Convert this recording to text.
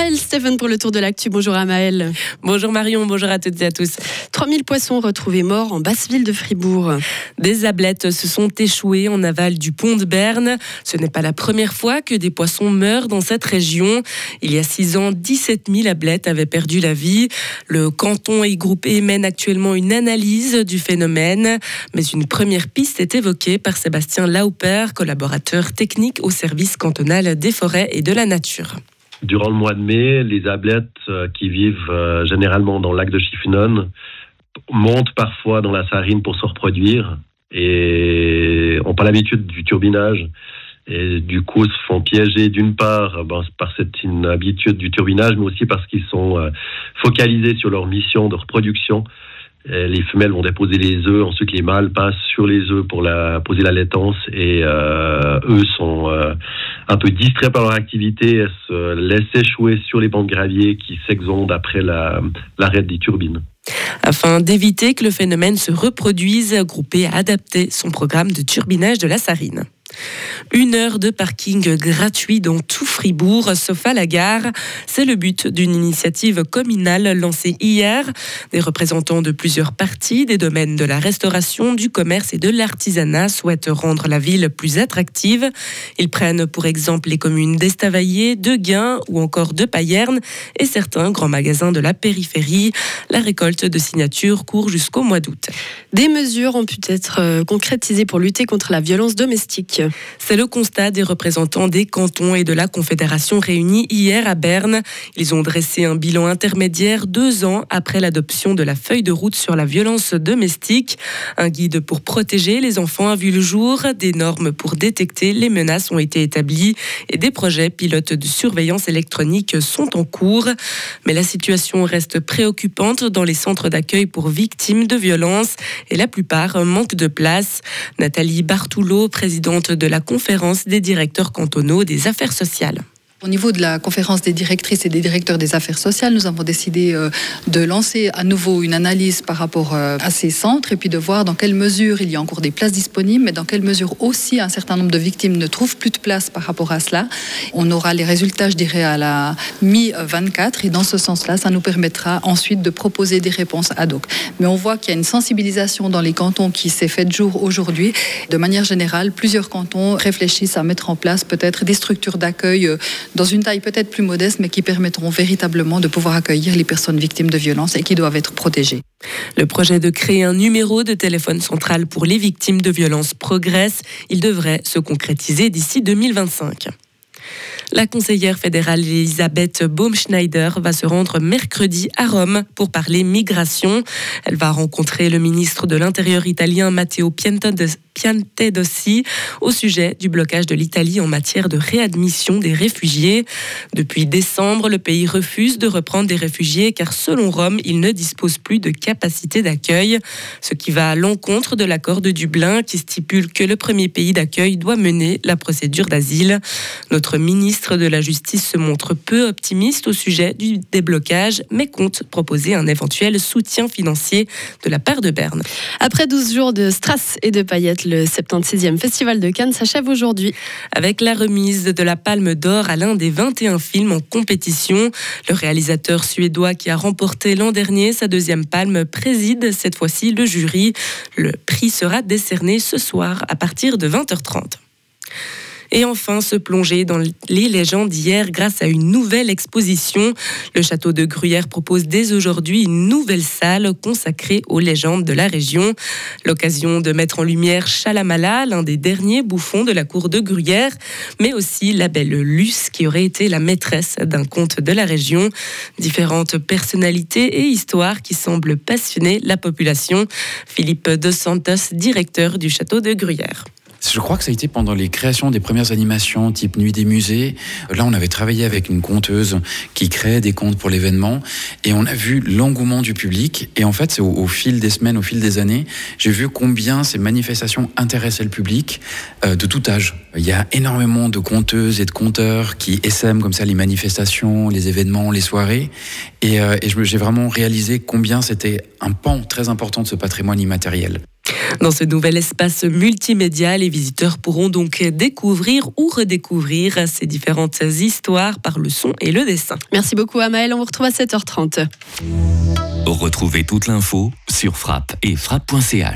Amael Steven pour le tour de l'actu. Bonjour Amael. Bonjour Marion, bonjour à toutes et à tous. 3000 poissons retrouvés morts en basse ville de Fribourg. Des ablettes se sont échouées en aval du pont de Berne. Ce n'est pas la première fois que des poissons meurent dans cette région. Il y a 6 ans, 17 000 ablettes avaient perdu la vie. Le canton et groupé mène actuellement une analyse du phénomène. Mais une première piste est évoquée par Sébastien Lauper, collaborateur technique au service cantonal des forêts et de la nature. Durant le mois de mai, les ablettes qui vivent généralement dans le lac de Chiffinonne montent parfois dans la Sarine pour se reproduire et n'ont pas l'habitude du turbinage. Et du coup, se font piéger d'une part par cette inhabitude du turbinage, mais aussi parce qu'ils sont focalisés sur leur mission de reproduction. Et les femelles vont déposer les œufs, ensuite les mâles passent sur les œufs pour poser la laitance et eux sont un peu distraits par leur activité et se laissent échouer sur les bancs de gravier qui s'exondent après l'arrêt des turbines. Afin d'éviter que le phénomène se reproduise, Groupé a adapté son programme de turbinage de la Sarine. 1 heure de parking gratuit dans tout Fribourg, sauf à la gare. C'est le but d'une initiative communale lancée hier. Des représentants de plusieurs partis, des domaines de la restauration, du commerce et de l'artisanat souhaitent rendre la ville plus attractive. Ils prennent pour exemple les communes d'Estavayer, de Gain ou encore de Payerne et certains grands magasins de la périphérie. La récolte de signatures court jusqu'au mois d'août. Des mesures ont pu être concrétisées pour lutter contre la violence domestique. C'est le constat des représentants des cantons et de la Confédération réunis hier à Berne. Ils ont dressé un bilan intermédiaire 2 ans après l'adoption de la feuille de route sur la violence domestique. Un guide pour protéger les enfants a vu le jour. Des normes pour détecter les menaces ont été établies et des projets pilotes de surveillance électronique sont en cours. Mais la situation reste préoccupante dans les centres d'accueil pour victimes de violences et la plupart manquent de place. Nathalie Bartoulot, présidente de la conférence des directeurs cantonaux des affaires sociales. Au niveau de la conférence des directrices et des directeurs des affaires sociales, nous avons décidé de lancer à nouveau une analyse par rapport à ces centres et puis de voir dans quelle mesure il y a encore des places disponibles, mais dans quelle mesure aussi un certain nombre de victimes ne trouvent plus de place par rapport à cela. On aura les résultats, je dirais, à la mi-24 et dans ce sens-là, ça nous permettra ensuite de proposer des réponses ad hoc. Mais on voit qu'il y a une sensibilisation dans les cantons qui s'est faite jour aujourd'hui. De manière générale, plusieurs cantons réfléchissent à mettre en place peut-être des structures d'accueil dans une taille peut-être plus modeste, mais qui permettront véritablement de pouvoir accueillir les personnes victimes de violences et qui doivent être protégées. Le projet de créer un numéro de téléphone central pour les victimes de violences progresse. Il devrait se concrétiser d'ici 2025. La conseillère fédérale Elisabeth Baumschneider va se rendre mercredi à Rome pour parler migration. Elle va rencontrer le ministre de l'Intérieur italien Matteo Piantedosi au sujet du blocage de l'Italie en matière de réadmission des réfugiés. Depuis décembre, le pays refuse de reprendre des réfugiés car selon Rome, il ne dispose plus de capacité d'accueil, ce qui va à l'encontre de l'accord de Dublin qui stipule que le premier pays d'accueil doit mener la procédure d'asile. Notre ministre de la Justice se montre peu optimiste au sujet du déblocage, mais compte proposer un éventuel soutien financier de la part de Berne. Après 12 jours de strass et de paillettes, le 76e Festival de Cannes s'achève aujourd'hui. Avec la remise de la Palme d'Or à l'un des 21 films en compétition. Le réalisateur suédois qui a remporté l'an dernier sa 2e palme préside cette fois-ci le jury. Le prix sera décerné ce soir à partir de 20h30. Et enfin, se plonger dans les légendes d'hier grâce à une nouvelle exposition. Le château de Gruyère propose dès aujourd'hui une nouvelle salle consacrée aux légendes de la région. L'occasion de mettre en lumière Chalamala, l'un des derniers bouffons de la cour de Gruyère, mais aussi la belle Luce qui aurait été la maîtresse d'un conte de la région. Différentes personnalités et histoires qui semblent passionner la population. Philippe Dos Santos, directeur du château de Gruyère. Je crois que ça a été pendant les créations des premières animations type Nuit des musées. Là, on avait travaillé avec une conteuse qui créait des contes pour l'événement et on a vu l'engouement du public. Et en fait, c'est au fil des semaines, au fil des années, j'ai vu combien ces manifestations intéressaient le public de tout âge. Il y a énormément de conteuses et de conteurs qui essaiment comme ça les manifestations, les événements, les soirées. Et j'ai vraiment réalisé combien c'était un pan très important de ce patrimoine immatériel. Dans ce nouvel espace multimédia, les visiteurs pourront donc découvrir ou redécouvrir ces différentes histoires par le son et le dessin. Merci beaucoup Amaëlle, on vous retrouve à 7h30. Retrouvez toute l'info sur frappe et frappe.ch.